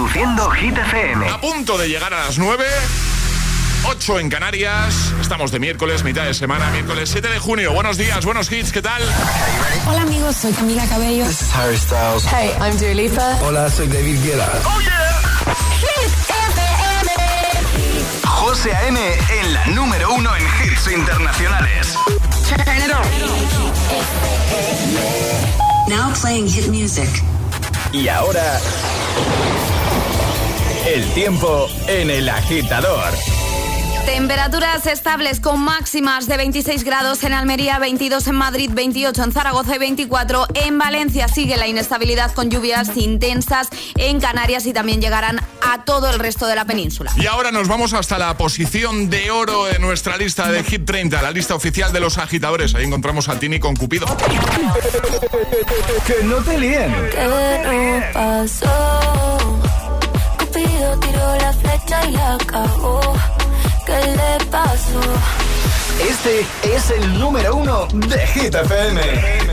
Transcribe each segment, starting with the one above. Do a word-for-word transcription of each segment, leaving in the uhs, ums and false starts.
Reproduciendo Hit F M. A punto de llegar a las nueve, ocho en Canarias. Estamos de miércoles, mitad de semana, miércoles siete de junio. Buenos días, buenos hits, ¿qué tal? Hola amigos, soy Camila Cabello. This is Harry Styles. Hey, I'm Dua Lipa. Hola, soy David Guetta. ¡Oh, yeah! Hit F M. José A M en la número uno en hits internacionales. Turn it on. Now playing hit music. Y ahora, el tiempo en El Agitador. Temperaturas estables con máximas de veintiséis grados en Almería, veintidós en Madrid, veintiocho en Zaragoza y veinticuatro en Valencia. Sigue la inestabilidad con lluvias intensas en Canarias y también llegarán a todo el resto de la península. Y ahora nos vamos hasta la posición de oro en nuestra lista de Hit treinta, la lista oficial de los agitadores. Ahí encontramos a Tini con Cupido. Que no te líen. ¿Qué no pasó? Cupido tiró la flecha y acabó. ¿Qué le pasó? Este es el número uno de Hit F M.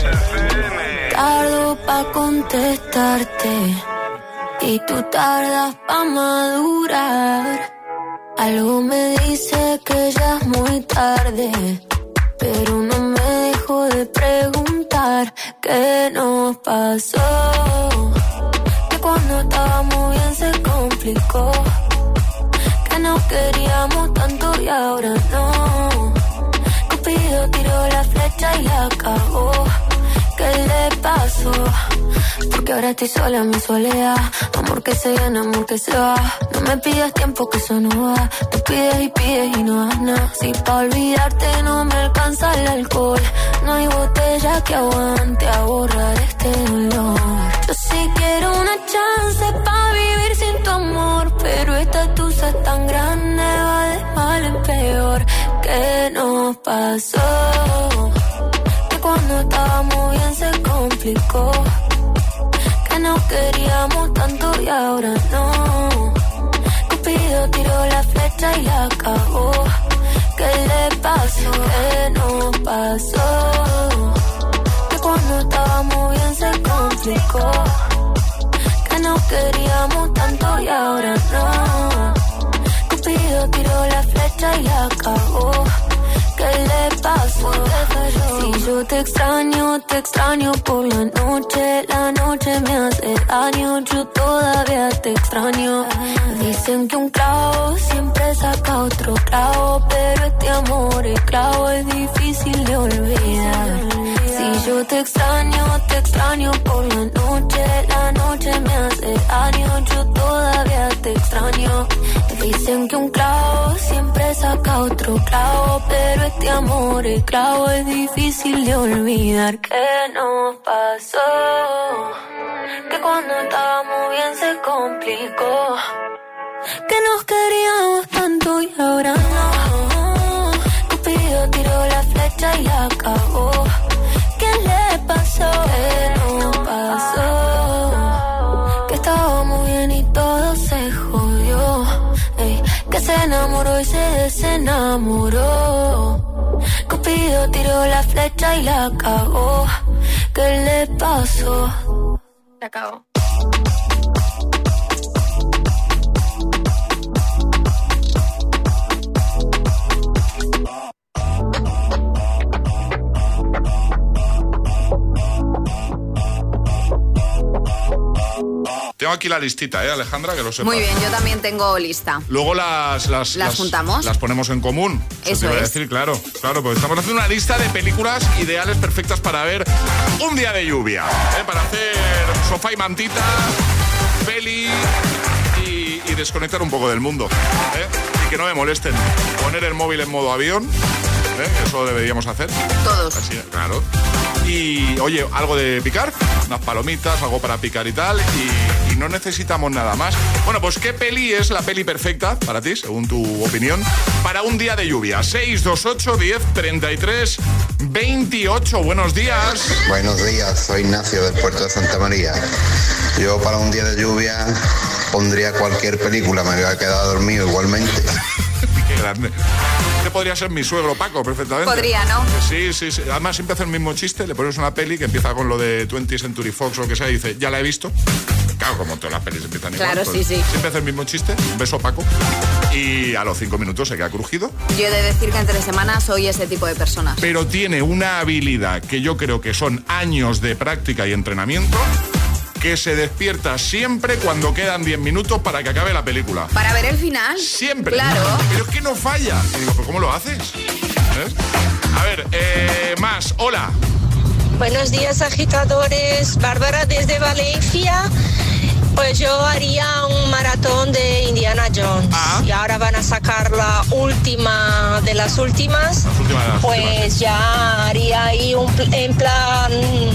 Tardo pa' contestarte y tú tardas pa' madurar. Algo me dice que ya es muy tarde, pero no me dejo de preguntar qué nos pasó. Que cuando estábamos bien se complicó. Nos queríamos tanto y ahora no. Cupido tiró la flecha y acabó. ¿Qué le pasó? Porque ahora estoy sola en mi soledad. Amor que se gana, amor que se va. No me pidas tiempo que eso no va. Tú pides y pides y no das nada. Si pa' olvidarte no me alcanza el alcohol. No hay botella que aguante a borrar este dolor. Yo sí quiero una chance pa' vivir sin tu amor, pero esta tusa es tan grande, va de mal en peor. ¿Qué nos pasó? Que cuando estábamos bien se complicó. Que nos queríamos tanto y ahora no. Cupido tiró la flecha y acabó. ¿Qué le pasó? ¿Qué nos pasó? Que cuando estábamos bien se complicó. Que nos queríamos tanto y ahora no. Cupido tiró la flecha y acabó. ¿Qué le pasó? Si yo te extraño, te extraño por la noche. La noche me hace daño, yo todavía te extraño. Dicen que un clavo siempre saca otro clavo, pero este amor es clavo, es difícil de olvidar. Si yo te extraño, te extraño por la noche. La noche me hace daño, yo todavía te extraño. Dicen que un clavo siempre saca otro clavo, pero este amor es clavo, es difícil de olvidar. ¿Qué nos pasó? Que cuando estábamos bien se complicó. Que nos queríamos tanto y ahora no. Cupido tiró la flecha y acabó. ¿Qué le pasó? ¿Qué nos pasó? Que estábamos bien y todo se jodió. Ey, que se enamoró y se desenamoró. Cupido tiró la flecha y la cagó. ¿Qué le pasó? La cagó. Tengo aquí la listita, ¿eh, Alejandra? Que lo sepas. Muy bien, yo también tengo lista. Luego las... ¿Las, ¿Las juntamos? Las ponemos en común. Eso te iba es. a decir, claro. Claro, porque estamos haciendo una lista de películas ideales, perfectas para ver un día de lluvia. ¿eh? Para hacer sofá y mantita, peli y, y desconectar un poco del mundo. ¿eh? Y que no me molesten. Poner el móvil en modo avión. ¿eh? Eso deberíamos hacer. Todos. Así, claro. Y, oye, algo de picar, unas palomitas, algo para picar y tal, y, y no necesitamos nada más. Bueno, pues ¿qué peli es la peli perfecta para ti, según tu opinión, para un día de lluvia? seis dos ocho, diez, treinta y tres, veintiocho. Buenos días. Buenos días, soy Ignacio del puerto de Santa María. Yo para un día de lluvia pondría cualquier película, me había quedado dormido igualmente. Qué grande. Este podría ser mi suegro Paco, perfectamente. Podría, ¿no? Sí, sí, sí. Además siempre hace el mismo chiste, le pones una peli que empieza con lo de twentieth Century Fox o lo que sea y dice, ya la he visto. Claro, como todas las pelis empiezan igual. Claro, pues, sí, sí. Siempre hace el mismo chiste, un beso opaco, y a los cinco minutos se queda crujido. Yo he de decir que entre semanas soy ese tipo de persona. Pero tiene una habilidad que yo creo que son años de práctica y entrenamiento, que se despierta siempre cuando quedan diez minutos para que acabe la película. ¿Para ver el final? Siempre. Claro. Pero es que no falla. Y digo, ¿pero cómo lo haces? ¿Ves? A ver, eh, más. Hola. Buenos días, agitadores. Bárbara desde Valencia. Pues yo haría un maratón de Indiana Jones. Ah. Y ahora van a sacar la última de las últimas. Las últimas de las pues últimas. ya haría ahí un pl- en plan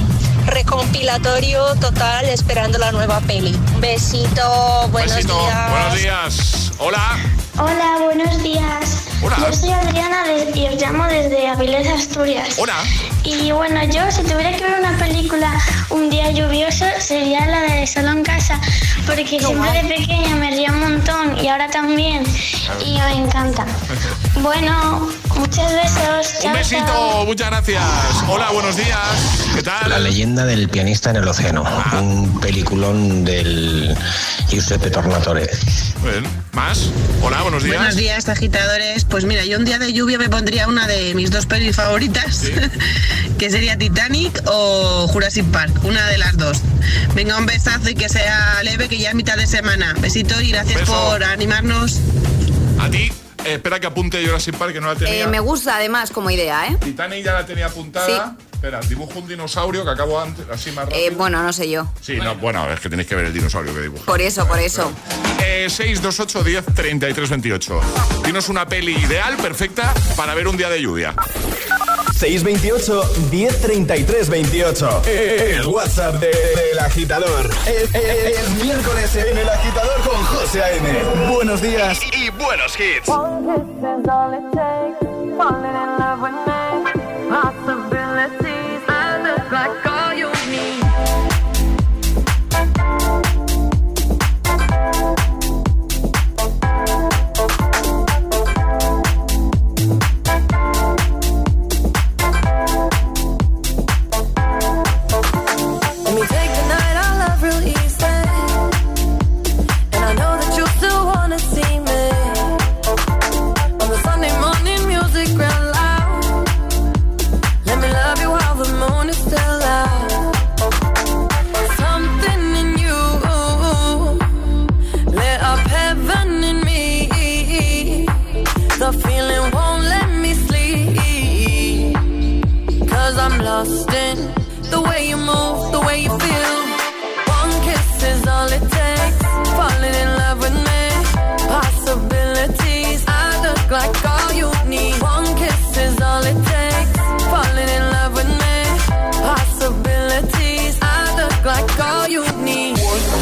recompilatorio total esperando la nueva peli. Un besito, buenos Besito. días. Buenos días. Hola. Hola, buenos días. Hola. Yo soy Adriana de- y os llamo desde Avilés, Asturias. Hola. Y bueno, yo si tuviera que ver una película un día lluvioso sería la de Solo en Casa, porque siempre de pequeña me ría un montón y ahora también. Y me encanta. Bueno, muchos besos. Un Chao, besito. chao. Muchas gracias. Hola, buenos días. ¿Qué tal? La leyenda del pianista en el océano, un peliculón del Giuseppe Tornatore. Bien. ¿Más? Hola, buenos días. Buenos días, agitadores. Pues mira, yo un día de lluvia me pondría una de mis dos pelis favoritas, Sí. que sería Titanic o Jurassic Park, una de las dos. Venga, un besazo y que sea leve, que ya es mitad de semana. Besito y gracias Beso. por animarnos. A ti, eh, espera que apunte Jurassic Park, que no la tenía. Eh, me gusta además como idea, ¿eh? Titanic ya la tenía apuntada. Sí. Espera, dibujo un dinosaurio que acabo antes, así más rápido. Eh, bueno, no sé yo. Sí, no, bueno, es que tenéis que ver el dinosaurio que dibujo. Por eso, por eso. Eh, seis dos ocho diez treinta y tres veintiocho. Dinos una peli ideal, perfecta, para ver un día de lluvia. seis veintiocho, diez treinta y tres veintiocho. El WhatsApp de- del agitador. Es, es- es miércoles en El Agitador con José A M. Buenos días y, y buenos hits. Let me take the night I love real easy. And I know that you still wanna see me. On the Sunday morning music real loud. Let me love you while the moon is still out. Something in you lit up heaven in me. The feeling won't let me sleep. Cause I'm lost in the way you move, the way you feel. One kiss is all it takes. Falling in love with me. Possibilities, I look like all you need. One kiss is all it takes. Falling in love with me. Possibilities, I look like all you need.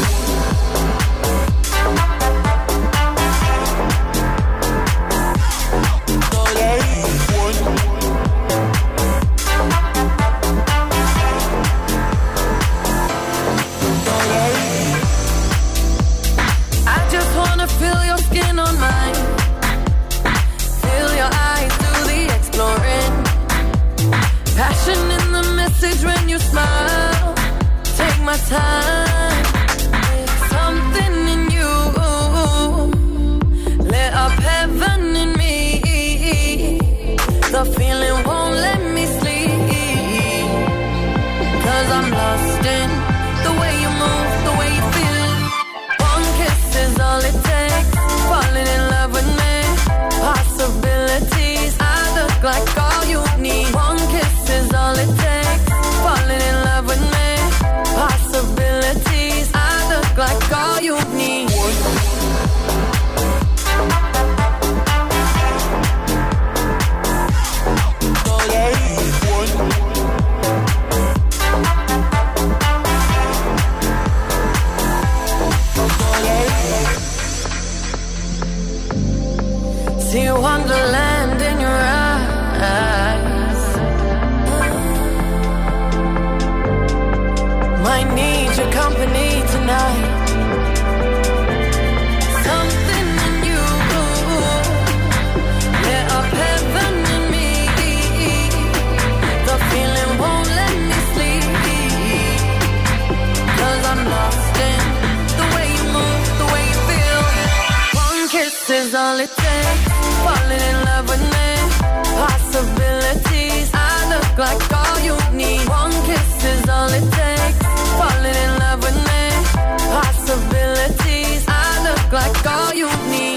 I just wanna feel your skin on mine. Feel your eyes do the exploring. Passion in the message when you smile. Take my time. Something in you lit up heaven in me. The feeling won't let me sleep. Cause I'm lost in the way you move, the way you feel. One kiss is all it takes. Falling in love with me. Possibilities, I look like all you need. One kiss is all it takes. Falling in love with me. Possibilities, I look like all you need. See wonderland in your eyes. Might need your company tonight. Something in you lit up heaven in me. The feeling won't let me sleep. Cause I'm lost in is all it takes. Falling in love with me. Possibilities. I look like all you need. One kiss is all it takes. Falling in love with me. Possibilities. I look like all you need.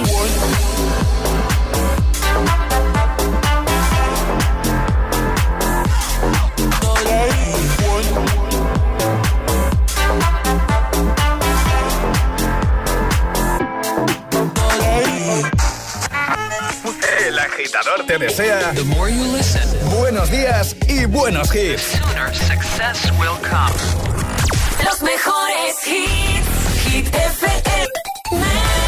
El agitador te desea The more you listen, buenos días y buenos hits. The sooner success will come. Los mejores hits, Hit F M.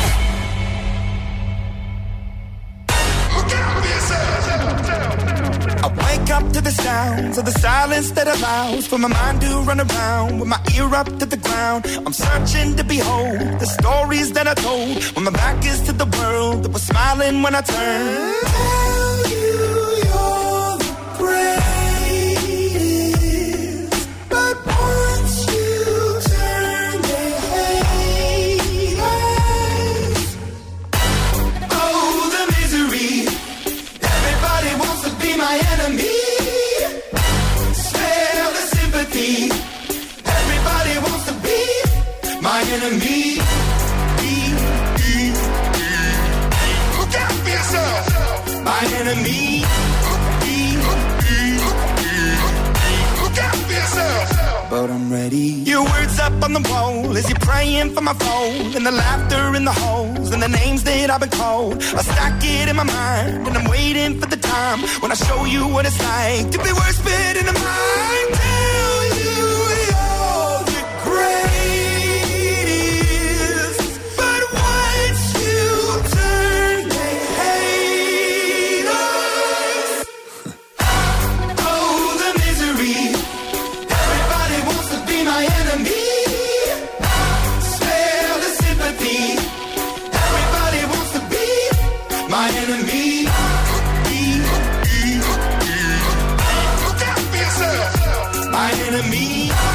I wake up to the sounds of the silence that allows for my mind to run around with my ear up to the ground. I'm searching to behold the stories that I told when my back is to the world that was smiling when I turned. Tell you you're the greatest, but once you turn they hate us. Oh, the misery. Everybody wants to be my enemy. Smell the sympathy. Everybody wants to be my enemy. Look out for yourself. My enemy. Look out for yourself. But I'm ready. Your words up on the wall as you're praying for my phone, and the laughter in the holes and the names that I've been called. I stack it in my mind and I'm waiting for the time when I show you what it's like to be worse fit in the mind. Tell you you're the greatest, but once you turn they hate us. Oh, the misery. Everybody wants to be my enemy. Spare the sympathy. Everybody wants to be my enemy. Look out for yourself. My enemy.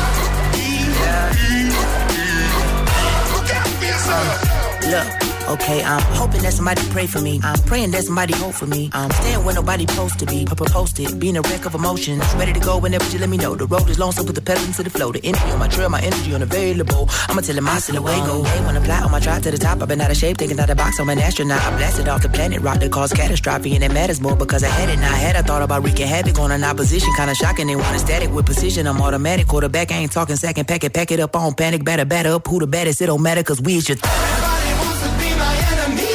Look out for yourself. Look, okay, I'm hoping that somebody pray for me. I'm praying that somebody hope for me. I'm staying where nobody supposed to be. Papa posted, being a wreck of emotions. Ready to go whenever you let me know. The road is long, so put the pedal into the flow. The energy on my trail, my energy unavailable. I'ma tell him my silhouette go. Hey, when I fly on my drive to the top, I've been out of shape, thinking out the box. I'm an astronaut. I blasted off the planet, rock that caused catastrophe, and it matters more because I had it. Now I had I thought about wreaking havoc on an opposition, kinda shocking. They want a static with precision. I'm automatic, quarterback. I ain't talking second, pack it, pack it up on panic, batter, batter up. Who the baddest? It don't matter, cause we is your. Everybody wants to be my enemy.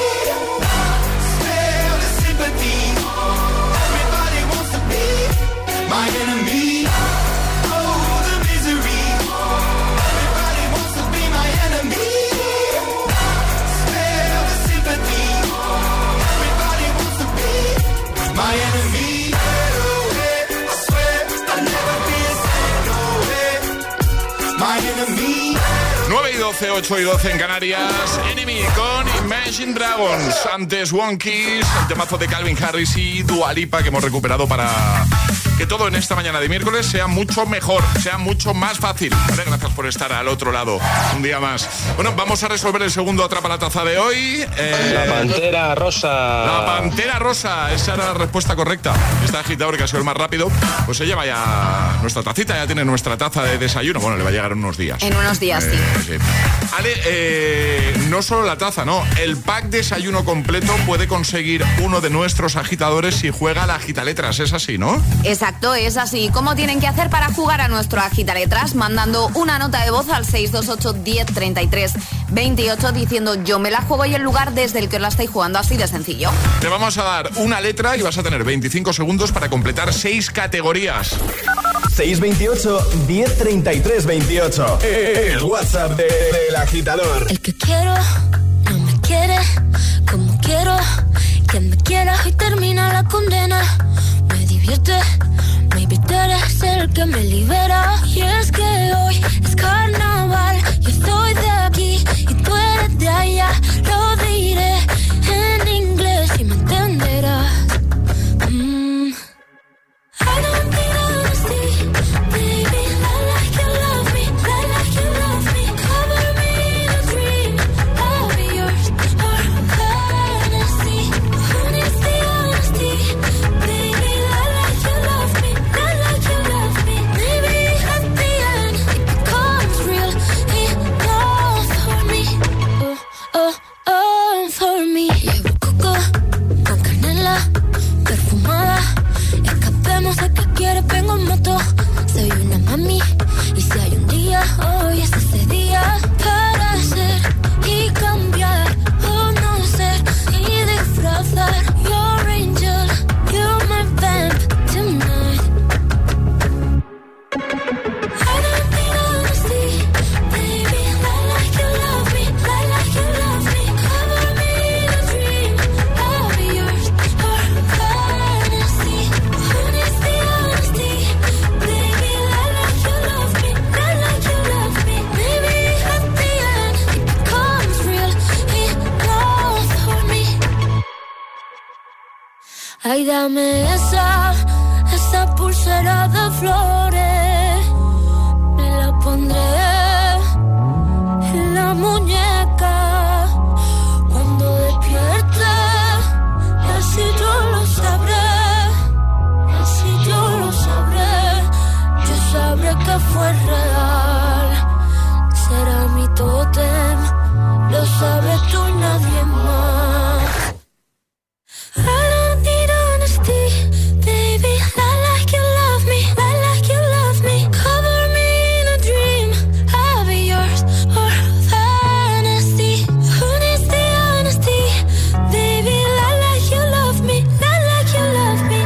Spare the sympathy. Everybody wants to be my enemy. Oh, the misery. Everybody wants to be my enemy. Spare the sympathy. Everybody wants to be my enemy. I swear I'll never be a no way. My enemy. nueve y doce, ocho y doce en Canarias. Enemy con Imagine Dragons. Antes One Kiss, el temazo de Calvin Harris y Dua Lipa que hemos recuperado para que todo en esta mañana de miércoles sea mucho mejor, sea mucho más fácil. Vale, gracias por estar al otro lado un día más. Bueno, vamos a resolver el segundo Atrapa la Taza de hoy. Eh, la Pantera Rosa. La Pantera Rosa, esa era la respuesta correcta. Este agitador que ha sido el más rápido, pues se lleva ya nuestra tacita, ya tiene nuestra taza de desayuno. Bueno, le va a llegar en unos días. En unos días, eh, sí. sí. Ale, eh, no solo la taza, no. El pack desayuno completo puede conseguir uno de nuestros agitadores si juega a la agitaletras. Es así, ¿no? Exacto, es así. ¿Cómo tienen que hacer para jugar a nuestro agitaletras? Mandando una nota de voz al seis dos ocho, diez, treinta y tres, veintiocho diciendo yo me la juego y el lugar desde el que os la estáis jugando, así de sencillo. Te vamos a dar una letra y vas a tener veinticinco segundos para completar seis categorías. seis veintiocho, diez, treinta y tres, veintiocho. El WhatsApp de, del agitador. El que quiero no me quiere como quiero que me quieras y termina la condena. Me divierte, maybe tú eres el que me libera. Y es que hoy es carnaval, yo soy de aquí y tú eres de allá. Lo diré en inglés y me entenderás. Mm. I don't think I understand, baby. I like you love me, I like you love me. Cover me in a dream, I'll be yours forever. Ay, dame esa, esa pulsera de flores. Me la pondré en la muñeca. Cuando despierte, así yo lo sabré. Así yo lo sabré. Yo sabré que fue real. Será mi tótem. Lo sabes tú y nadie más. I don't need honesty, baby. Lie like you love me, lie like you love me. Cover me in a dream, I'll be yours or fantasy. Who needs the honesty, baby? Lie like you love me, lie like you love me.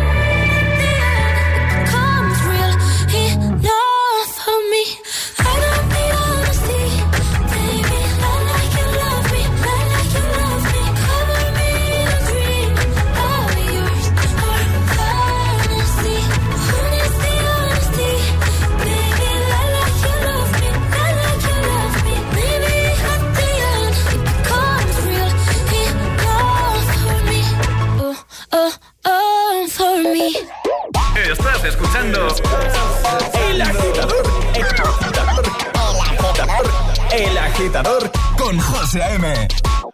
It becomes real enough for me. I don't need honesty, baby. Lie like you love me, lie like you love me. Cover me in a dream, I'll be yours or fantasy. Who needs the honesty, baby? Lie like you love me, lie like you love me. Maybe at the end it becomes real enough for me. Oh, oh, oh, for me. Estás escuchando El Agitador. El Agitador. El Agitador. El Agitador con José A M.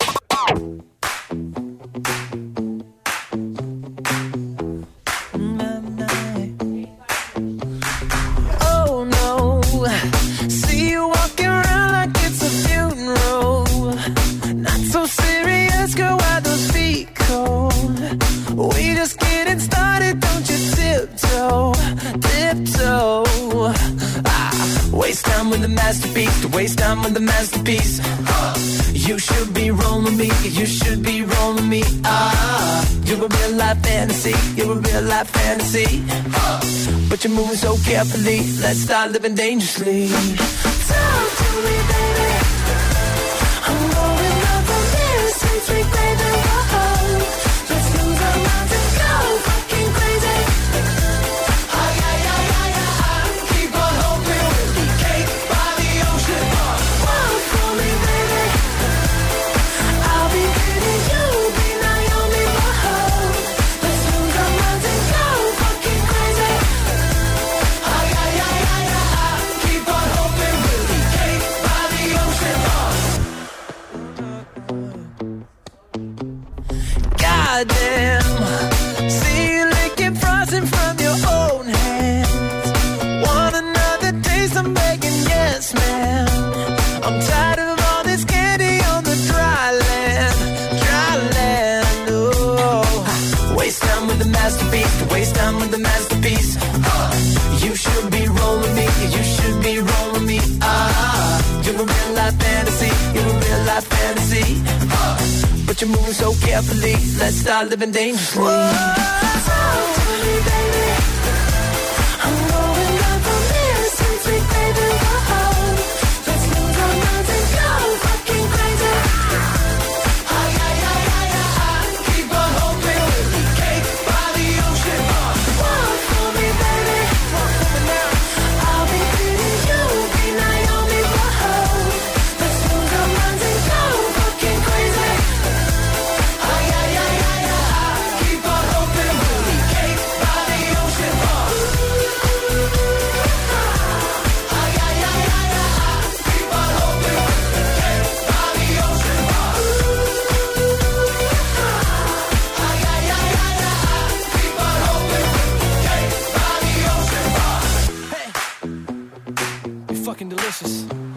Oh no, see you walking around like it's a funeral. Not so serious, girl, why those feet cold? We just getting started, don't you tiptoe, tiptoe. Ah, waste time with the masterpiece, to waste time with the masterpiece. Uh, you should be rolling me, you should be rolling me. Ah, you're a real life fantasy, you're a real life fantasy. Uh, but you're moving so carefully, let's start living dangerously. Talk to me, baby. I'm going up on this, sweet, sweet baby. Whoa. Let's lose our minds and go fucking crazy. Ay, ay, ay, ay, ay. Keep on hoping we'll be cake by the ocean. Walk for me, baby. I'll be pretty, you'll be Naomi. Whoa. Let's lose our minds and go fucking crazy. Ay, ay, ay, ay, ay. Keep on hoping we'll be cake by the ocean. Goddamn, see you licking frosting from your own hands. Want another taste? I'm begging, yes, man. I'm tired of all this candy on the dry land, dry land. Oh, waste time with the masterpiece, to waste time with the masterpiece. Uh, you should be rolling me, you should be rolling me. Ah, you're a real life fantasy, you're a real life fantasy. Uh, but you're moving so carefully, let's start living dangerously. Whoa, talk to me, baby. I'm going up on this, sweet, sweet baby. Whoa, let's lose our minds and go fucking crazy. Ay, ay, ay, ay, ay. Keep on hoping we'll be cake by the ocean. Walk for me, baby. Walk for me now. I'll be pretty, you'll be Naomi. Whoa, let's lose our minds and go fucking crazy. Ay, ay, ay, ay, ay. Keep on hoping we'll be cake by the ocean. Ay, ay, ay, ay, ay. Keep on hoping we'll be cake by the ocean. Ay, ay, ay, ay, ay. Keep on hoping we'll be cake by the ocean. Hey, you're fucking delicious.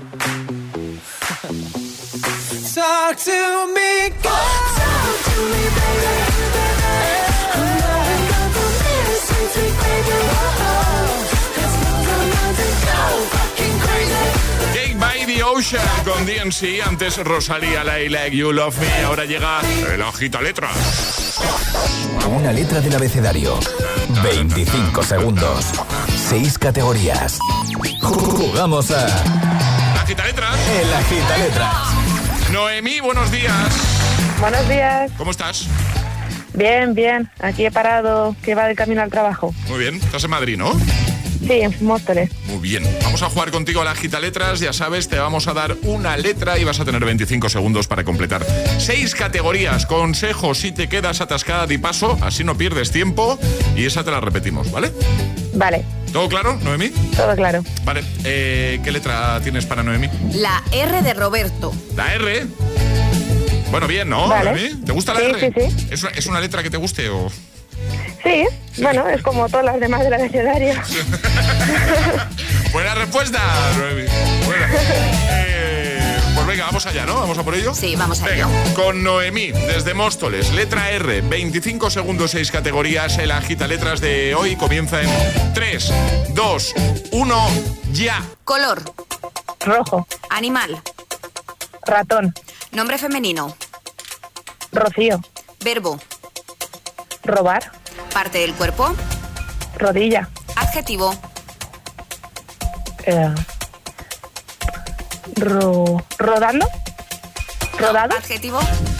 Talk to me, girl. Talk to me, baby. I'm going up on this, sweet, sweet baby. Whoa, let's lose our minds and go fucking crazy. Cake by the Ocean con D N C. Antes Rosalía, Lie Like You Love Me. Ahora llega el Agita Letras. Una letra del abecedario. veinticinco segundos. seis categorías. Jugamos a Agita Letras. El Agita Letras. Noemí, buenos días. Buenos días. ¿Cómo estás? Bien, bien. Aquí he parado, que va de camino al trabajo. Muy bien. Estás en Madrid, ¿no? Sí, en Móstoles. Muy bien. Vamos a jugar contigo a la Agitaletras. Ya sabes, te vamos a dar una letra y vas a tener veinticinco segundos para completar seis categorías. Consejo, si te quedas atascada, di paso, así no pierdes tiempo. Y esa te la repetimos, ¿vale? Vale. ¿Todo claro, Noemí? Todo claro. Vale. Eh, ¿Qué letra tienes para Noemí? La R de Roberto. La R. Bueno, bien, ¿no, vale. Noemí? ¿Te gusta la sí, R? Sí, sí. ¿Es una, ¿Es una letra que te guste o...? Sí, sí, bueno, es como todas las demás del abecedario. Buena respuesta, Noemí. Buena. Eh, pues venga, vamos allá, ¿no? ¿Vamos a por ello? Sí, vamos allá. Venga, con Noemí, desde Móstoles, letra R, veinticinco segundos, seis categorías. El Agitaletras de hoy comienza en tres, dos, uno, ya. Color. Rojo. Animal. Ratón. Nombre femenino. Rocío. Verbo. Robar. Parte del cuerpo. Rodilla. Adjetivo. Eh, ro, rodando. Rodado. Adjetivo.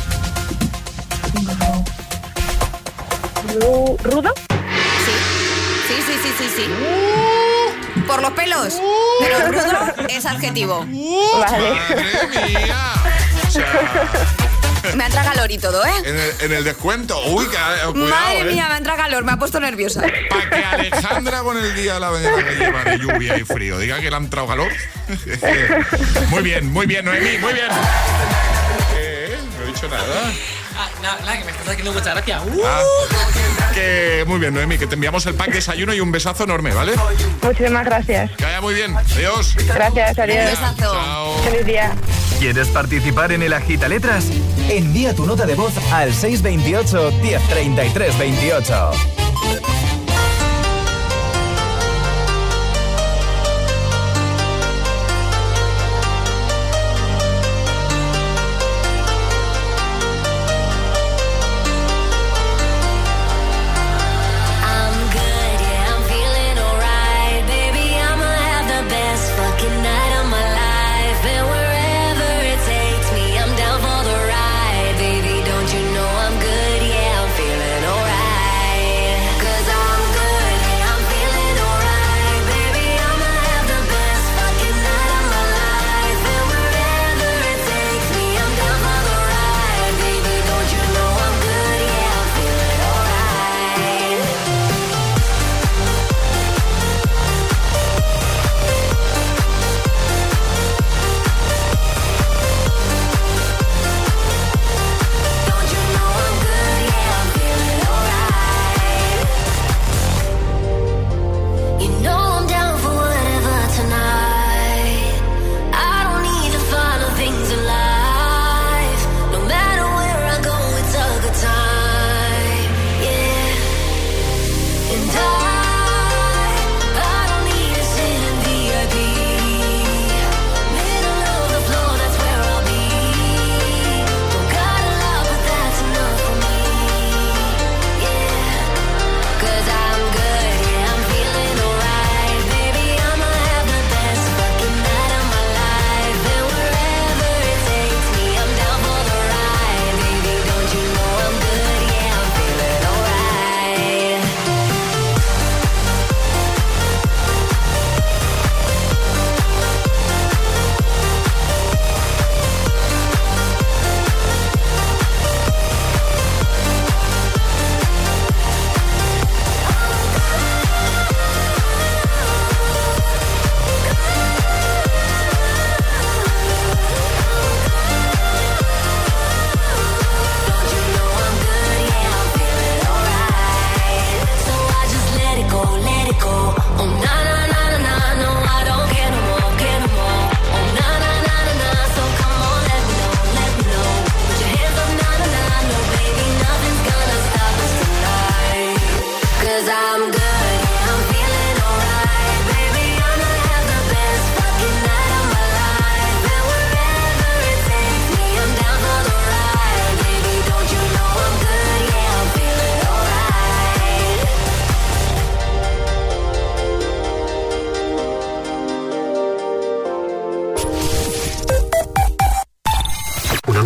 Ru, rudo. Sí, sí, sí, sí, sí, sí. Por los pelos. Pero rudo es adjetivo. Vale. Madre mía. O sea... Me ha entrado calor y todo, ¿eh? En el, en el descuento. Uy, que, cuidado, Madre ¿eh? mía, me ha entrado calor, me ha puesto nerviosa. Para que Alejandra con el día a la mañana que lleva de lluvia y frío diga que le ha entrado calor. Muy bien, muy bien, Noemí, muy bien. ¿Qué? No he dicho nada. Ah, nada, nada, que me estás haciendo muchas gracias. Uh. Ah, que muy bien, Noemí, que te enviamos el pack desayuno y un besazo enorme, ¿vale? Muchísimas gracias. Que vaya muy bien. Adiós. Gracias, adiós. Un besazo. Chao. Feliz día. ¿Quieres participar en el Agitaletras? Envía tu nota de voz al seis veintiocho, diez treinta y tres veintiocho. Baby, don't you know I'm good? Yeah, I'm feeling alright.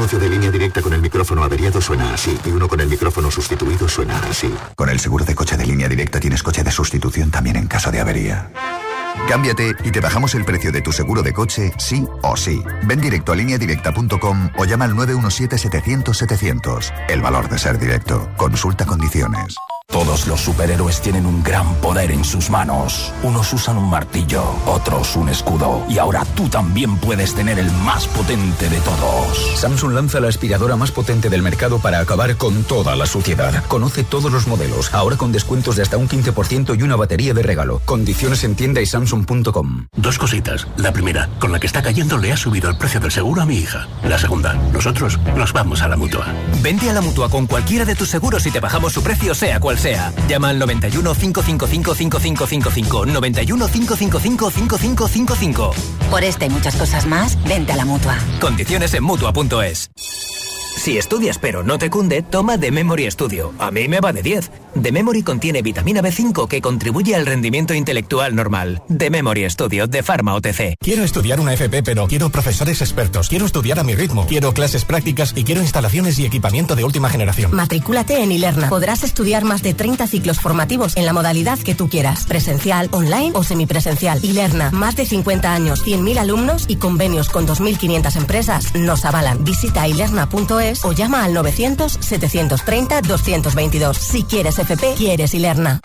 negocio de Línea Directa con el micrófono averiado suena así, y uno con el micrófono sustituido suena así. Con el seguro de coche de Línea Directa tienes coche de sustitución también en caso de avería. Cámbiate y te bajamos el precio de tu seguro de coche, sí o sí. Ven directo a línea directa punto com o llama al nueve uno siete, setecientos, setecientos. El valor de ser directo. Consulta condiciones. Todos los superhéroes tienen un gran poder en sus manos. Unos usan un martillo, otros un escudo. Y ahora tú también puedes tener el más potente de todos. Samsung lanza la aspiradora más potente del mercado para acabar con toda la suciedad. Conoce todos los modelos, ahora con descuentos de hasta un quince por ciento y una batería de regalo. Condiciones en tienda y samsung punto com. Dos cositas. La primera, con la que está cayendo le ha subido el precio del seguro a mi hija. La segunda, nosotros nos vamos a la Mutua. Vente a la Mutua con cualquiera de tus seguros y te bajamos su precio, sea cual sea. Llama al noventa y uno, cinco cinco cinco, cinco cinco cinco cinco, noventa y uno, cinco cinco cinco, cinco cinco cinco cinco. Por esta y muchas cosas más, vente a la Mutua. Condiciones en Mutua punto es. Si estudias pero no te cunde, toma The Memory Studio. A mí me va de diez. The Memory contiene vitamina B cinco que contribuye al rendimiento intelectual normal. The Memory Studio de Pharma O T C. Quiero estudiar una F P, pero quiero profesores expertos. Quiero estudiar a mi ritmo. Quiero clases prácticas y quiero instalaciones y equipamiento de última generación. Matricúlate en Ilerna. Podrás estudiar más de treinta ciclos formativos en la modalidad que tú quieras. Presencial, online o semipresencial. Ilerna. Más de cincuenta años, cien mil alumnos y convenios con dos mil quinientas empresas nos avalan. Visita ilerna punto es o llama al novecientos, setecientos treinta, doscientos veintidós. Si quieres F P, quieres Ilerna.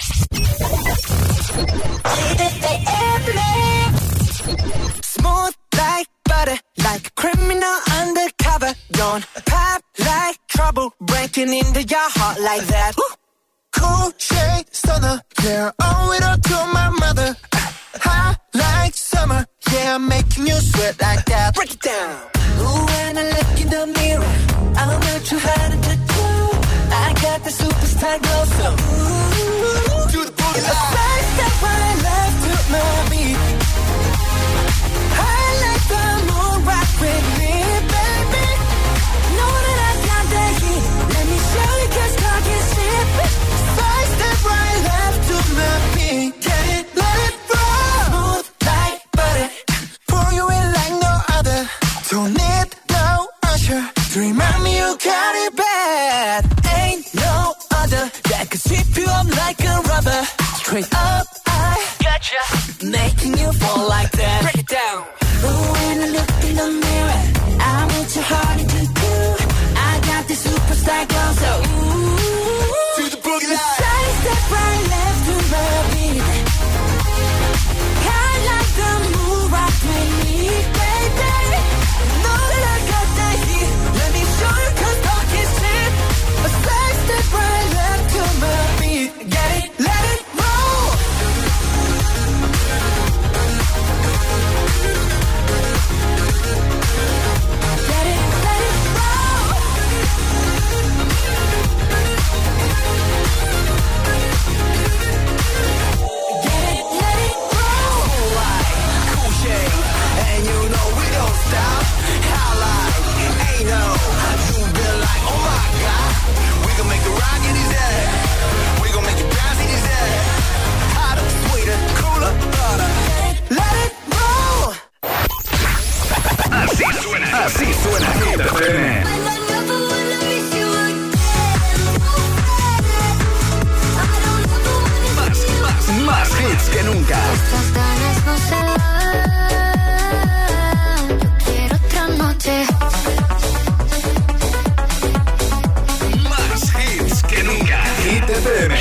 Smooth like butter, like a criminal undercover. Don't pop like trouble, breaking into your heart like that. Cool shade stunner, yeah, owe it up to my mother. Hot like summer, yeah, I'm making you sweat like that. Break it down. Ooh, when I look in the mirror, I'm not too hard to do. I got the superstar glow, so ooh, do the booty line. First step right left to my beat. I like the moon rock with me, baby. Know that I got the heat. Let me show you 'cause talk is cheap. First step right left to my beat. Get it, let it roll. Smooth like butter. Pour you in like no other. Don't need no usher to remind me you got it bad. Ain't no other that could sweep you up like a rubber. Straight up, I gotcha, making you fall like that. Break it down. Ooh, when I look in the mirror, I want your heart to do. I got the superstar glow, so ooh, to the boogie line. Side step right left to my beat. I like the move rock with me, baby. Know that I got the heat. Let me show you 'cause talk is cheap. A side step right left to my beat. Get it, let it roll. Get it, let it roll. Get it, let it roll. Like cool shade, and you know we don't stop. How like ain't no, you been like oh my god. We gon' make the rock in his head. We gon' make it bounce in his head. Hotter, sweeter, cooler, butter. Let it roll. Así suena, así suena Hit F M. Más, más, más hits que nunca. Estas ganas no se van. Yo quiero otra noche. Más hits que nunca. Hit F M.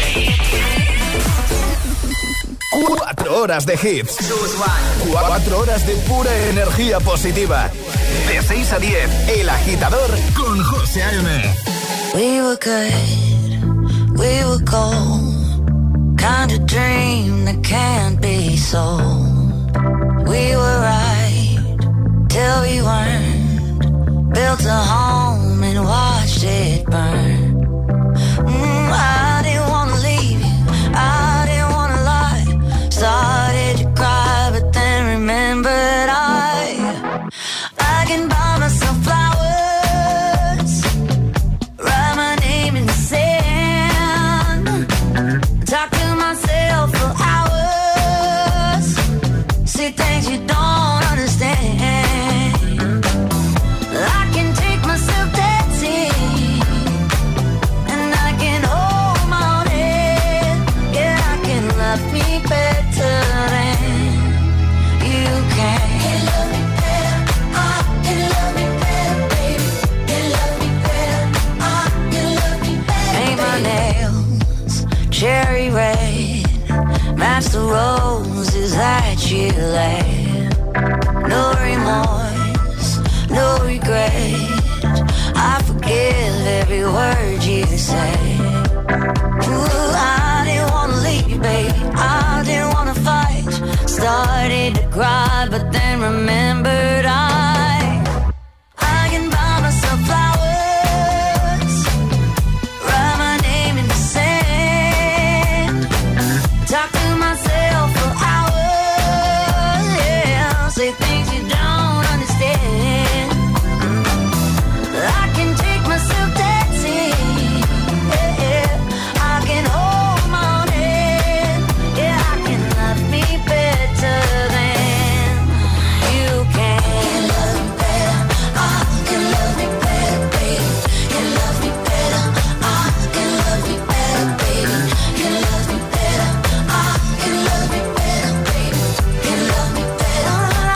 Cuatro horas de hits. Cuatro horas de pura energía positiva. De seis a diez, El Agitador con José A M. We were good, we were gold. Kind of dream that can't be sold. We were right till we weren't. Built a home and watched it burn. Mm, I didn't wanna leave you, I didn't wanna lie. Started to cry, but then remembered I I can buy myself flowers, write my name in the sand, talk to myself for hours, see things you don't understand. I can take myself down. roses that you left. No remorse, no regret. I forgive every word you say. Ooh, I didn't wanna leave, baby. I didn't wanna fight. Started to cry, but then remembered I I can buy myself flowers, write my name in the sand, talk to myself for hours, yeah, say things you don't understand. I can take myself dancing, yeah, yeah. I can hold my own hand, yeah, I can love me better than you can. Can love me better, I can love me better, baby. Can love me better, I can love me better, baby. Can love me better, I can love me better, baby. Can love me better,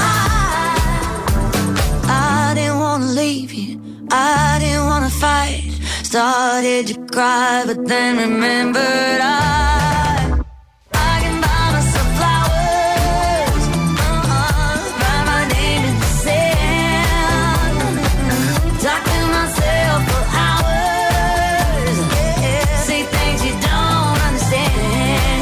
I I didn't wanna leave you, I didn't wanna fight. Started to cry, but then remembered I I can buy myself flowers, uh-uh, write my name in the sand, talk to myself for hours, yeah, say things you don't understand.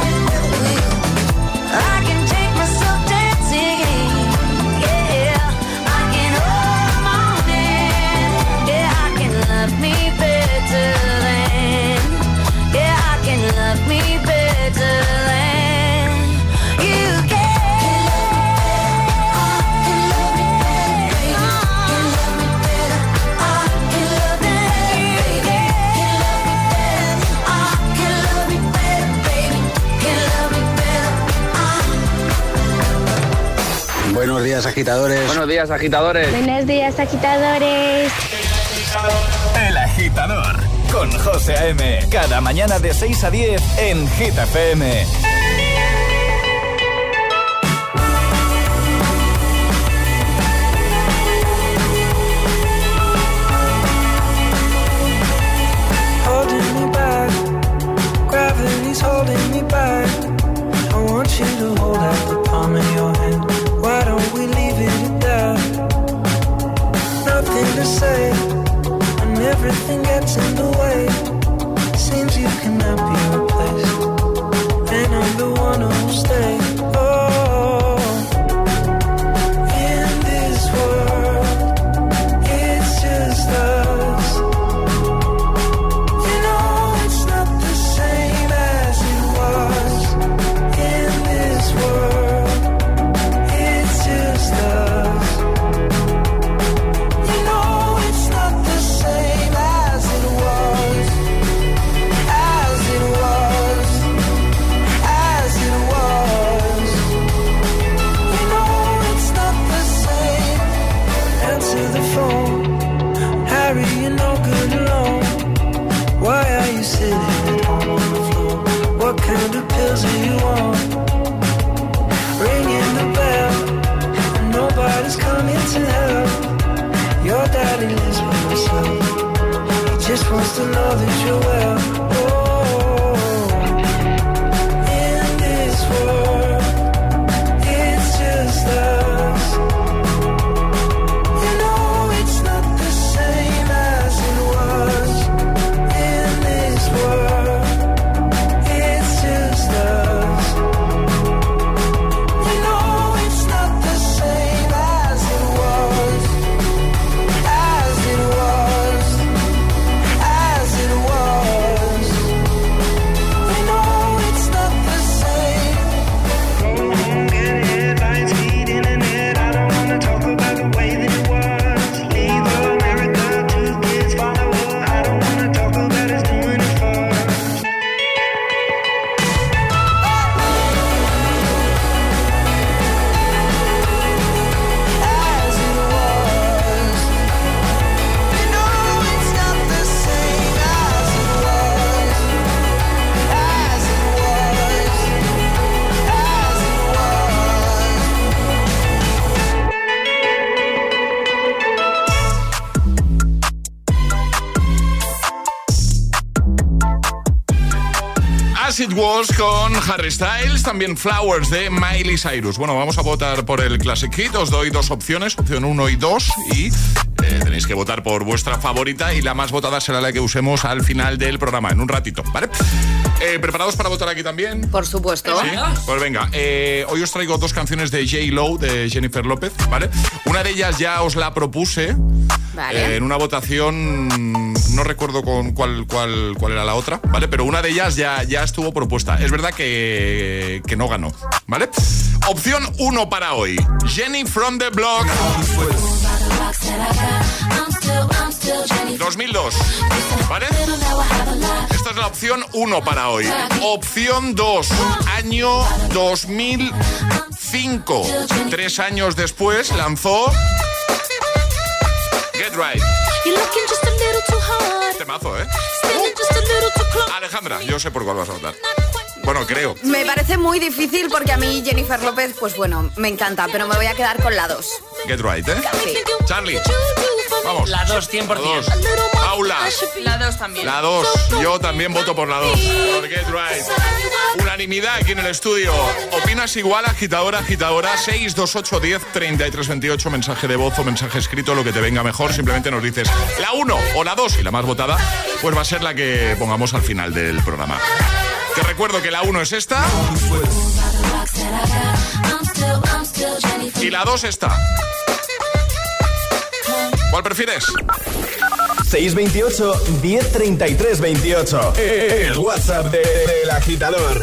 I can take myself dancing, yeah, I can hold my own hand, yeah, I can love me better than, yeah, I can love me better than you can. Can love me better, I can love me better, baby. Can love me better, I can love me better, baby. Can love me better, I. Buenos días, agitadores. Buenos días, agitadores. Buenos días, agitadores. El Agitador con José A M. Cada mañana de seis a diez en Hit F M. Holding me back, gravity's holding me back. I want you to hold out the palm of your hand. Why don't we leave it at that? Nothing to say, and everything gets in the way. Seems you cannot be replaced, and I'm the one who'll stay. Oh, in this world, it's just us. You know it's not the same as it was. In this world, it's just us. You know it's not the same as it was. As it was. As it was. You know it's not the same. Answer the phone. Harry, you're no good alone. Why are you sitting at home on the floor? What kind of pills are you on? Ringing the bell, and nobody's coming to help. Your daddy lives by himself. He just wants to know that you're well. Oh, in this world, it's just us. You know it's not the same as it was. In this world, it's just us. You know it's not the same as it was. As it was. As it was. As It Was con Harry Styles, también Flowers de Miley Cyrus. Bueno, vamos a votar por el Classic Hit. Os doy dos opciones, opción uno y dos, y eh, tenéis que votar por vuestra favorita y la más votada será la que usemos al final del programa, en un ratito, ¿vale? Eh, ¿Preparados para votar aquí también? Por supuesto. ¿Sí? Pues venga, eh, hoy os traigo dos canciones de J Lo, de Jennifer López, ¿vale? Una de ellas ya os la propuse. Vale. Eh, en una votación, no recuerdo con cuál, cuál, cuál era la otra, ¿vale? Pero una de ellas ya, ya estuvo propuesta. Es verdad que, que no ganó, ¿vale? Opción uno para hoy, Jenny from the Block, dos mil dos, ¿vale? Esta es la opción uno para hoy. Opción dos, año dos mil cinco. Tres años después lanzó Get Right. Temazo, ¿eh? Alejandra, yo sé por cuál vas a votar. Bueno, creo. Me parece muy difícil porque a mí Jennifer López, pues bueno, me encanta, pero me voy a quedar con la dos. Get Right, ¿eh? Sí. Charlie, vamos. La dos, cien por ciento. La dos. Paula. La dos también. La dos. Yo también voto por la dos. Por Get Right. Unanimidad aquí en el estudio. ¿Opinas igual, agitadora, agitadora? seis dos ocho diez treinta y tres veintiocho, mensaje de voz o mensaje escrito, lo que te venga mejor. Simplemente nos dices la uno o la dos, y la más votada pues va a ser la que pongamos al final del programa. Te recuerdo que la uno es esta y la dos esta. ¿Cuál prefieres? seis veintiocho diez treinta y tres veintiocho. El WhatsApp de, del agitador.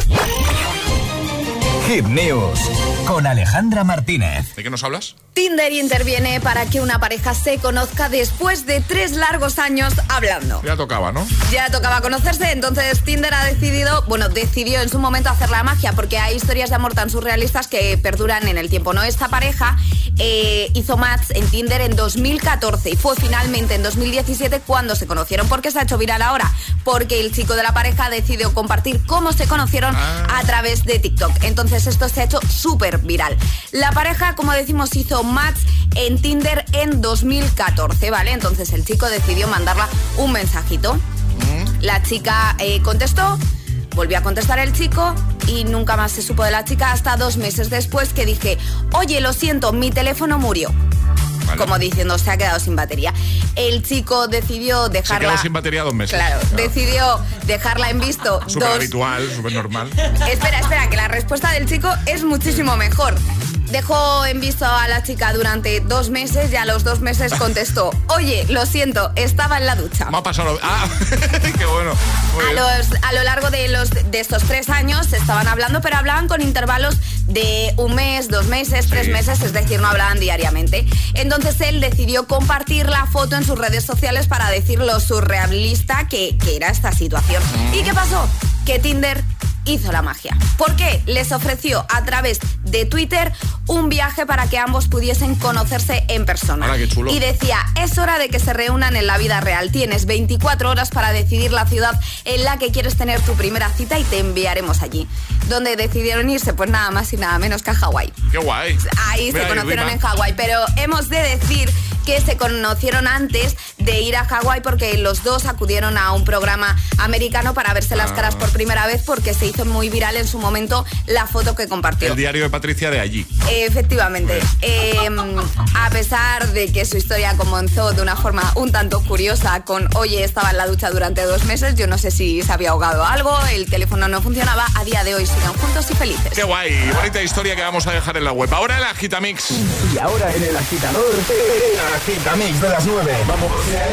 Hit News con Alejandra Martínez. ¿De qué nos hablas? Tinder interviene para que una pareja se conozca después de tres largos años hablando. Ya tocaba, ¿no? Ya tocaba conocerse, entonces Tinder ha decidido, bueno, decidió en su momento hacer la magia, porque hay historias de amor tan surrealistas que perduran en el tiempo, ¿no? Esta pareja eh, hizo match en Tinder en dos mil catorce y fue finalmente en dos mil diecisiete cuando se conocieron. ¿Por qué se ha hecho viral ahora? Porque el chico de la pareja decidió compartir cómo se conocieron ah. a través de TikTok. Entonces esto se ha hecho súper viral. La pareja, como decimos, hizo match en Tinder en dos mil catorce, ¿vale? Entonces el chico decidió mandarla un mensajito. Mm. La chica eh, contestó, volvió a contestar el chico y nunca más se supo de la chica hasta dos meses después, que dije, oye, lo siento, mi teléfono murió. Vale. Como diciendo, se ha quedado sin batería. El chico decidió dejarla... Se quedó sin batería dos meses. Claro, claro. Decidió dejarla en visto. Súper dos... habitual, súper normal. Espera, espera, que la respuesta del chico es muchísimo mejor. Dejó en visto a la chica durante dos meses y a los dos meses contestó, oye, lo siento, estaba en la ducha. Me ha pasado... Ah, qué bueno. A, los, a lo largo de, los, de estos tres años se estaban hablando, pero hablaban con intervalos de un mes, dos meses, tres sí. meses, es decir, no hablaban diariamente. Entonces él decidió compartir la foto en sus redes sociales para decir lo surrealista que, que era esta situación. ¿Y qué pasó? Que Tinder hizo la magia. ¿Por qué? Les ofreció a través de Twitter un viaje para que ambos pudiesen conocerse en persona. Hola, qué chulo. Y decía, es hora de que se reúnan en la vida real. Tienes veinticuatro horas para decidir la ciudad en la que quieres tener tu primera cita y te enviaremos allí. ¿Dónde decidieron irse? Pues nada más y nada menos que a Hawái. ¡Qué guay! Ahí Mira, se conocieron ahí, en Hawái, pero hemos de decir que se conocieron antes de ir a Hawái porque los dos acudieron a un programa americano para verse las caras por primera vez, porque se hizo muy viral en su momento la foto que compartió. El diario de Patricia de allí. Efectivamente. Eh, a pesar de que su historia comenzó de una forma un tanto curiosa con, oye, estaba en la ducha durante dos meses, yo no sé si se había ahogado algo, el teléfono no funcionaba, a día de hoy siguen juntos y felices. ¡Qué guay! Bonita historia que vamos a dejar en la web. Ahora el Agitamix. Y ahora en el agitador, el Agitamix de las nueve. Vamos.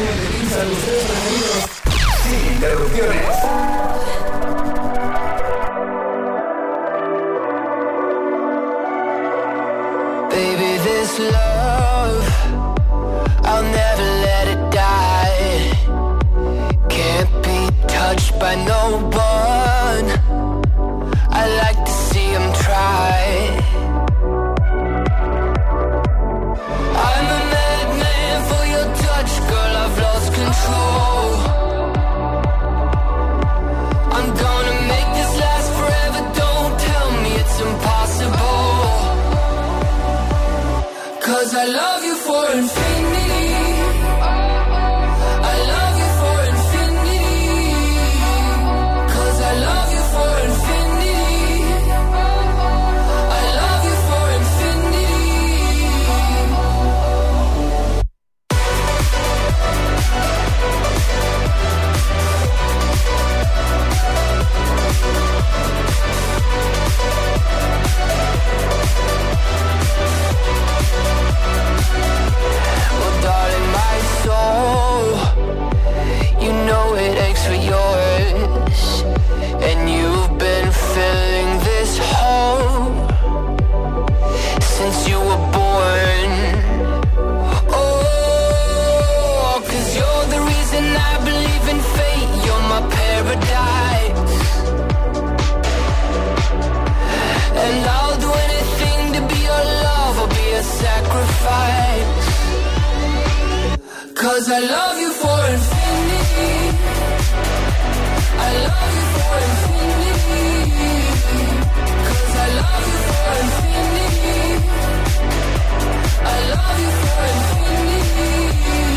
Sin interrupciones. Baby, this love, I'll never let it die. Can't be touched by no one. I like to see him try. I'm a madman for your touch, girl, I've lost control. I'm gonna make this last forever, don't tell me it's impossible. 'Cause I love you for infinity. I love you for infinity. 'Cause I love you for infinity. 'Cause I love you for infinity. I love you for infinity. 'Cause I love you for infinity. I love you for infinity.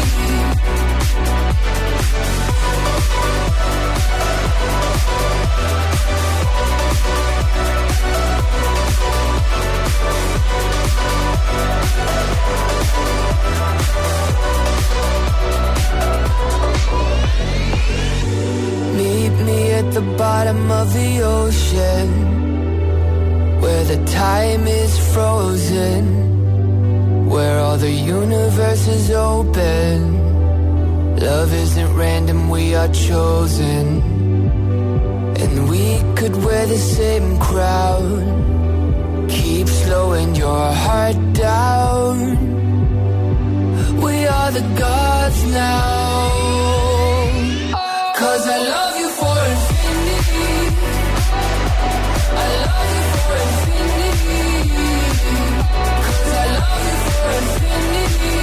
Meet me at the bottom of the ocean, where the time is frozen, where all the universe is open. Love isn't random, we are chosen. And we could wear the same crown, keep slowing your heart down. We are the gods now. 'Cause I love you for infinity. I love you for infinity. 'Cause I love you for infinity.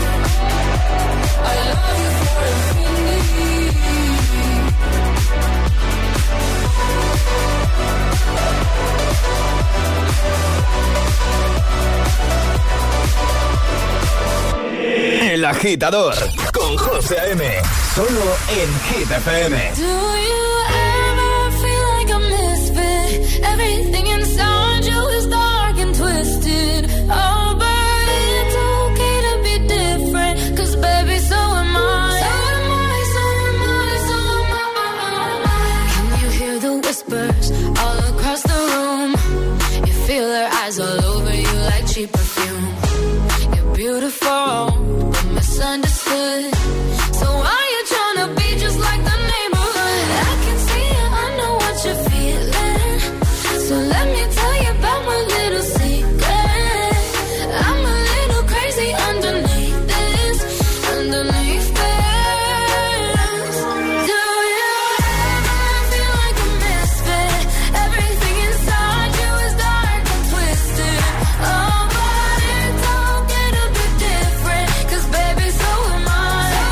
I love you for infinity. El Agitador con José A M. Solo en Hit F M. Do you ever feel like a misfit? Everything inside you is dark and twisted. Oh, but it's okay to be different. 'Cause baby, so am I. So am I, so am I, so am I. Can you hear the whispers all across the room? You feel their eyes all over you like cheap perfume. You're beautiful, but misunderstood. So why you tryna be just like the neighborhood? I can see it, I know what you're feeling. So let me tell you about my little secret. I'm a little crazy underneath this, underneath this. Do you ever feel like a misfit? Everything inside you is dark and twisted. Oh, but it's okay to be different. 'Cause baby, so am I.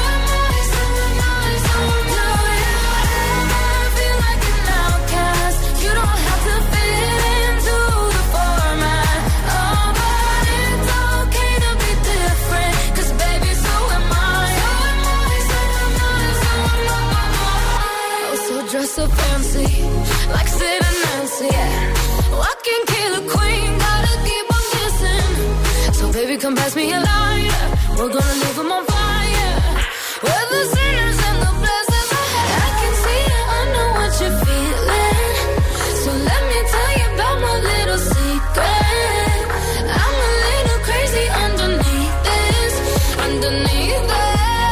So fancy, like Sid and Nancy, yeah. Walking killer queen, gotta keep on kissing. So baby, come pass me a lighter. We're gonna leave them on fire. We're the sinners and the blessings. I can see it, I know what you're feeling. So let me tell you about my little secret. I'm a little crazy underneath this, underneath this.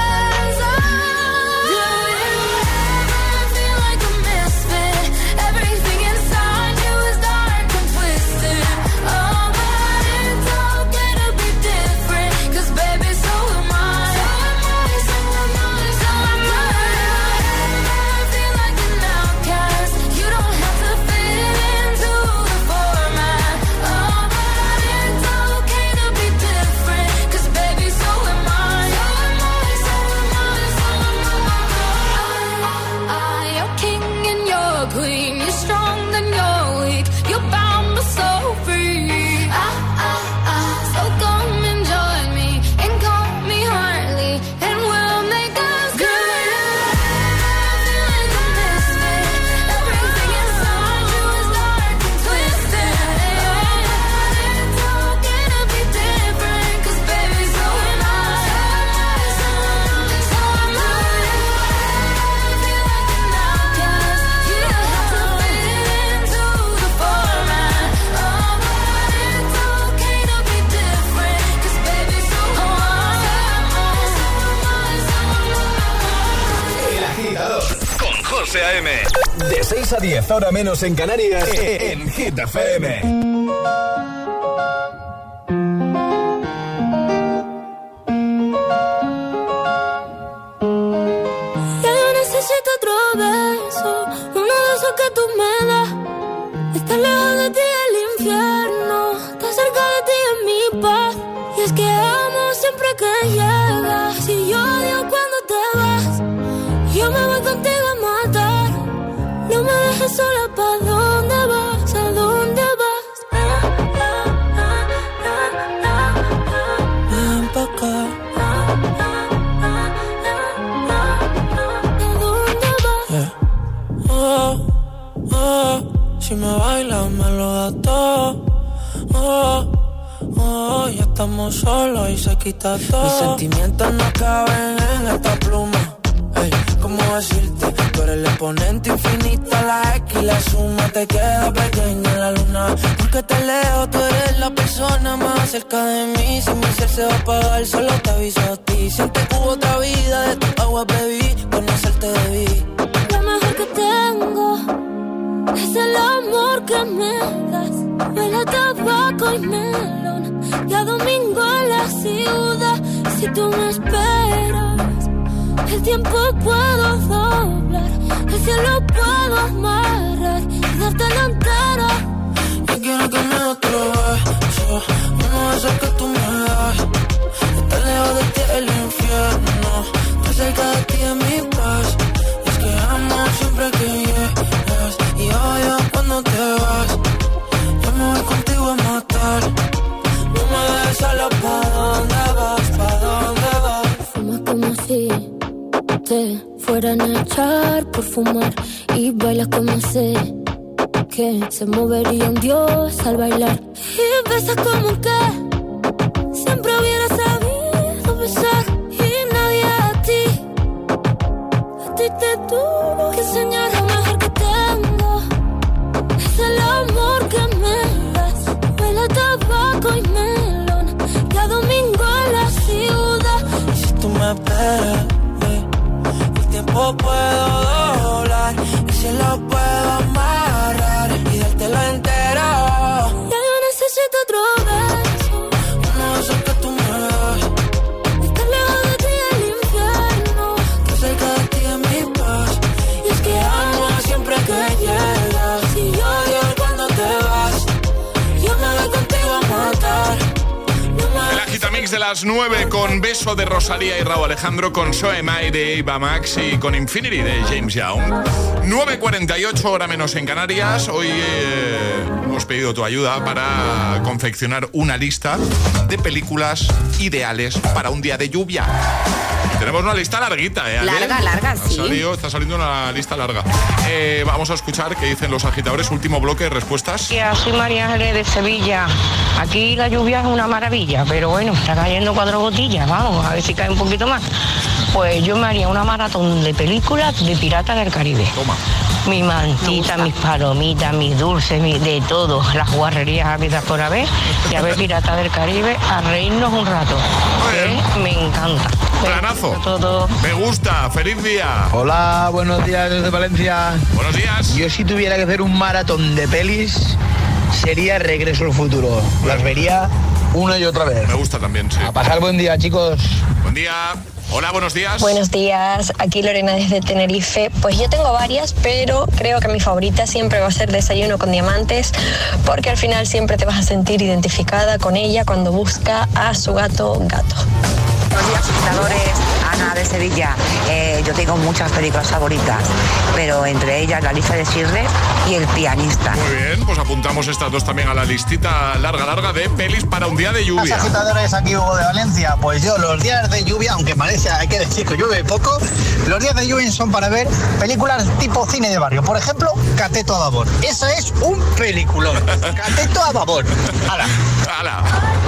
José A M. De seis a diez, hora menos en Canarias, en Hit F M. Ya yo necesito otro beso, uno de esos que tú me das. Estar lejos de ti el infierno, estar cerca de ti es mi paz. Y es que amo siempre que llegas. Si yo odio voy contigo a matar. No me dejes sola, ¿pa' dónde vas? ¿A dónde vas? Ven pa' acá. ¿A dónde vas? Yeah. Oh, oh, si me bailas me lo das todo. Oh, oh, ya estamos solos y se quita todo. Mis sentimientos no caben en esta pluma. Ey, ¿cómo decirte? Tú eres el exponente infinito, la X y la suma te queda pequeña en la luna. Porque te leo, tú eres la persona más cerca de mí. Si mi ser se va a apagar, solo te aviso a ti. Siente que hubo otra vida, de tu agua bebí, conocerte debí. Lo mejor que tengo es el amor que me das. Huele a tabaco y melón, y a domingo en la ciudad. Si tú me esperas, el tiempo puedo doblar, el cielo puedo amarrar y darte la entera. Yo quiero que me otro beso, uno de esos que tú me das. Estar lejos de ti es el infierno, estar cerca de ti es mi paz. Y es que amo siempre que llegas y odio cuando te vas. Yo me voy contigo a matar. No me dejes solo, ¿pa' dónde vas? ¿Pa' dónde vas? Fumas como si te fueran a echar por fumar y bailas como sé que se movería un dios al bailar. Y besas como que siempre hubiera sabido besar y nadie a ti, a ti te tuvo que enseñar. Lo mejor que tengo es el amor que me das. Huele a tabaco y melón, y a domingo en la ciudad. Y si tú me esperas, tiempo puedo doblar y se lo puedo amarrar y dártelo entero. Ya yo necesito otro beso, uno de esos que tú me das. Estar lejos de ti es el infierno, que cerca de ti es mi paz. Y es que amo siempre que llegas y odio cuando te vas. Yo me voy contigo a matar. El Agitamix de las nueve con Beso de Rosalía y Raúl Alejandro, con So Am I de Eva Max y con Infinity de James Young. nueve cuarenta y ocho, hora menos en Canarias. Hoy eh, hemos pedido tu ayuda para confeccionar una lista de películas ideales para un día de lluvia. Tenemos una lista larguita, ¿eh? Larga, larga, sí. Salido, está saliendo una lista larga. Eh, vamos a escuchar qué dicen los agitadores. Último bloque de respuestas. Ya, soy María Ángeles de Sevilla. Aquí la lluvia es una maravilla, pero bueno, está cayendo cuatro gotillas. Vamos, a ver si cae un poquito más. Pues yo me haría una maratón de películas de Piratas del Caribe. Toma. Mi mantita, mis palomitas, mis dulces, mi, de todo. Las guarrerías habidas por haber. Y a ver Piratas del Caribe, a reírnos un rato. ¿Eh? Me encanta. Planazo. Todo. Me gusta. Feliz día. Hola, buenos días desde Valencia. Buenos días. Yo si tuviera que hacer un maratón de pelis, sería Regreso al Futuro. Las vería una y otra vez. Me gusta también, sí. A pasar buen día, chicos. Buen día. Hola, buenos días. Buenos días, aquí Lorena desde Tenerife. Pues yo tengo varias, pero creo que mi favorita siempre va a ser Desayuno con Diamantes, porque al final siempre te vas a sentir identificada con ella cuando busca a su gato gato. Buenos días, agitadores. Ana de Sevilla. Eh, yo tengo muchas películas favoritas, pero entre ellas La lista de Schindler y El pianista. Muy bien, pues apuntamos estas dos también a la listita larga, larga de pelis para un día de lluvia. Los agitadores, aquí Hugo de Valencia. Pues yo, los días de lluvia, aunque parece, hay que decir que llueve poco, los días de lluvia son para ver películas tipo cine de barrio. Por ejemplo, Cateto a babor. Eso es un peliculón. Cateto a babor. ¡Hala! ¡Hala!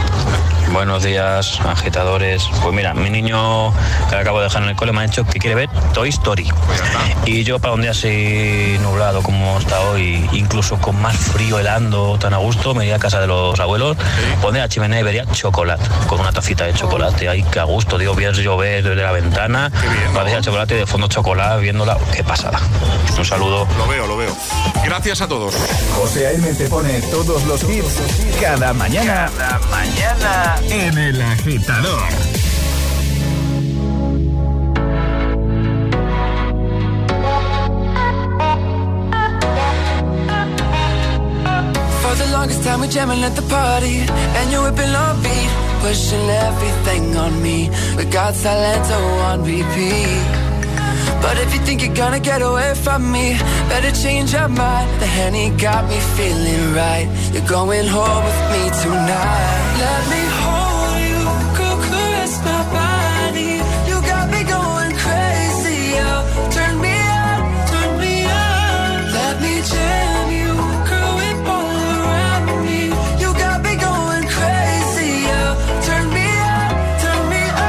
Buenos días, agitadores. Pues mira, mi niño que acabo de dejar en el cole me ha dicho que quiere ver Toy Story. Y yo para un día así nublado como está hoy, incluso con más frío, helando, tan a gusto, me iría a casa de los abuelos, ¿sí? Pondría la chimenea y vería chocolate, con una tacita de chocolate. Ay, qué a gusto, digo, ver llover desde la ventana, parecía el chocolate y de fondo chocolate, viéndola, qué pasada. Un saludo. Lo veo, lo veo. Gracias a todos. José A M te pone todos los hits cada mañana. Cada mañana. En El Agitador. For the longest time we jamming at the party, and you're whipping on beat, pushing everything on me. We got Silento on repeat. But if you think you're gonna get away from me, better change your mind. The Henny got me feeling right. You're going home with me tonight. Let me hold you, go caress my body. You got me going crazy, oh. Turn me on, turn me on. Let me jam you, girl, whip all around me. You got me going crazy, oh. Turn me on, turn me on.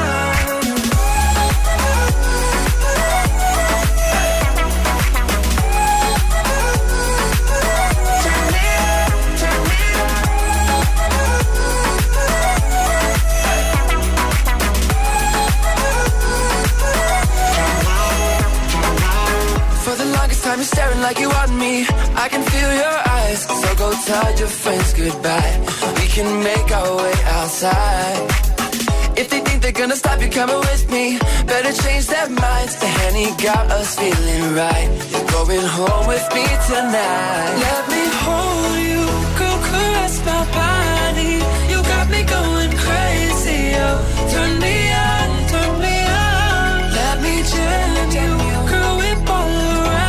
Time you're staring like you want me. I can feel your eyes. So go tell your friends goodbye. We can make our way outside. If they think they're gonna stop you coming with me, better change their minds. The Henny got us feeling right. You're going home with me tonight. Let me hold you, go caress my body. You got me going crazy, oh. Turn me on, turn me on. Let me jam you, girl, whip all around.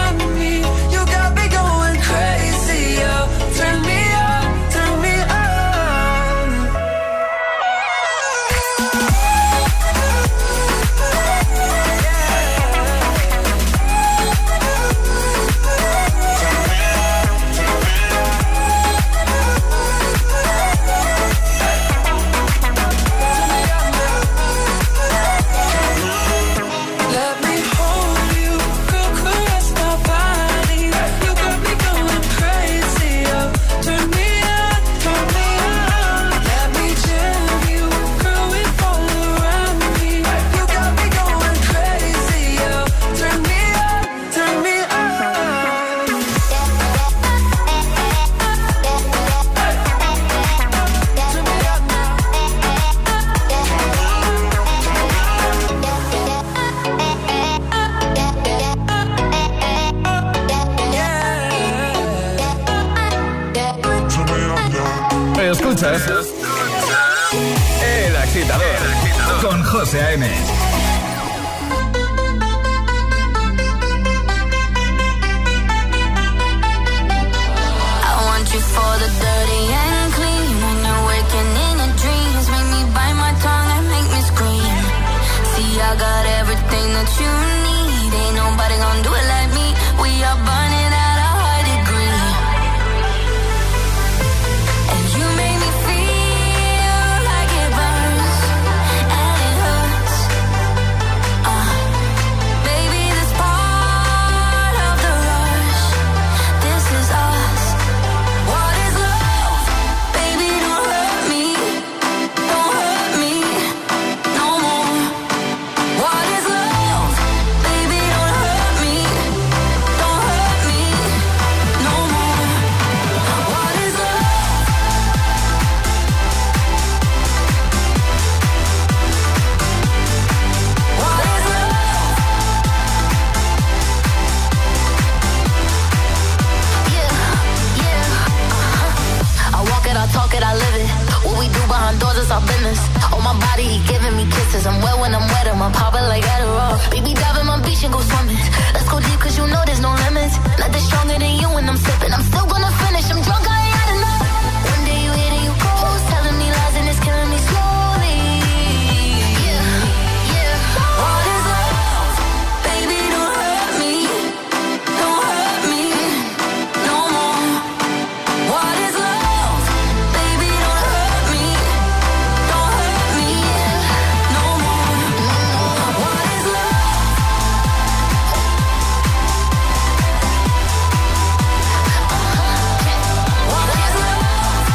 Turn me on, turn me on. Let me hold you, go caress my body. You got me going crazy, oh. Turn me on, turn me on. Let me jam you, girl, whip all around me. You got me going crazy, oh. Turn me on, turn me on. Escuchas El Agitador con José A M. I want you for the dirty and clean. When you're waking in your dreams, make me bite my tongue and make me scream. See, I got everything that you need. Ain't nobody gonna do it like me. We are burning at a high degree. And you make me feel like it burns and it hurts. Uh, baby, this part of the rush. This is us. What is love? Baby, don't hurt me. Don't hurt me no more. What is love? Baby, don't hurt me. Don't hurt me no more. What is love? What is love? Yeah, yeah, uh-huh. I walk it, I talk it, I live it. What we do behind doors is our business. On my body, he giving me kisses. I'm wet when I'm wet, I'm popping like Adderall. Baby, dive in my beach and go swimming. Let's go deep, cause you know there's no limits. Nothing stronger than you when I'm sipping. I'm still gonna finish, I'm drunk, I ain't had enough. One day you hit and you close, telling me lies and it's killing me slowly. Yeah, yeah. What is love? Baby, don't hurt me. Don't hurt me no more. What is love? Baby, don't hurt me. Don't hurt me no more. What is love? What is love?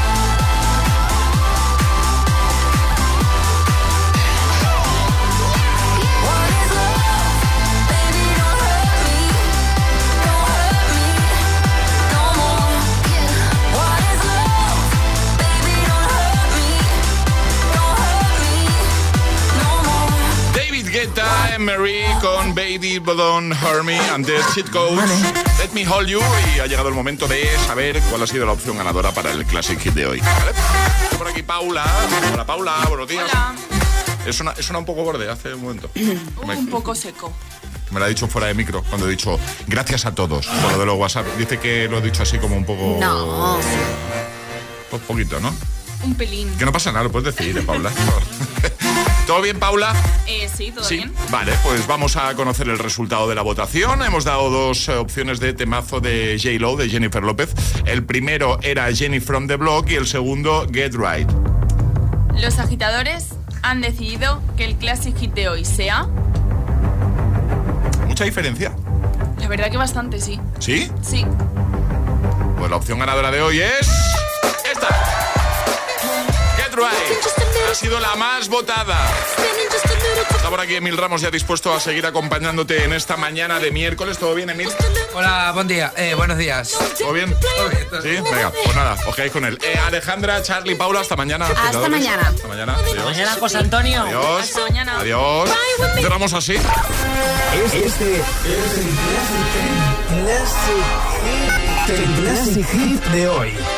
What is love? Baby, don't hurt me. Don't hurt me no more. What is love? Baby, don't hurt me. Don't hurt me no more. David Guetta, Emery con Baby Don't Hurt Me, antes Cheat Codes, Let Me Hold You, y ha llegado el momento de saber cuál ha sido la opción ganadora para el Classic Hit de hoy. ¿Vale? Por aquí Paula. Hola Paula, buenos días. Hola. Es una, es una un poco borde hace un momento. Un poco seco. que me lo ha dicho fuera de micro, cuando he dicho gracias a todos por lo de los WhatsApp. Dice que lo he dicho así como un poco... No. Un poquito, ¿no? Un pelín. Que no pasa nada, lo puedes decir, ¿eh, Paula? ¿Todo bien, Paula? Eh, sí, todo sí. bien. Vale, pues vamos a conocer el resultado de la votación. Hemos dado dos eh, opciones de temazo de J-Lo, de Jennifer López. El primero era Jenny from the Block y el segundo Get Right. Los agitadores han decidido que el Classic Hit de hoy sea... ¿Mucha diferencia? La verdad que bastante, sí. ¿Sí? Sí. Pues la opción ganadora de hoy es... esta. Get Right. Ha sido la más votada. Está por aquí Emil Ramos ya dispuesto a seguir acompañándote en esta mañana de miércoles. ¿Todo bien, Emil? Hola, buen día. Eh, buenos días. ¿Todo bien? Todo bien. Todo bien. Sí, venga, pues nada, os quedáis con él. Eh, Alejandra, Charlie, Paula, hasta mañana. Hasta mañana. Hasta mañana. Adiós. Hasta mañana, José Antonio. Adiós. Hasta mañana. Adiós. Cerramos así. Este es el Classic Hit, el Classic Hit de hoy.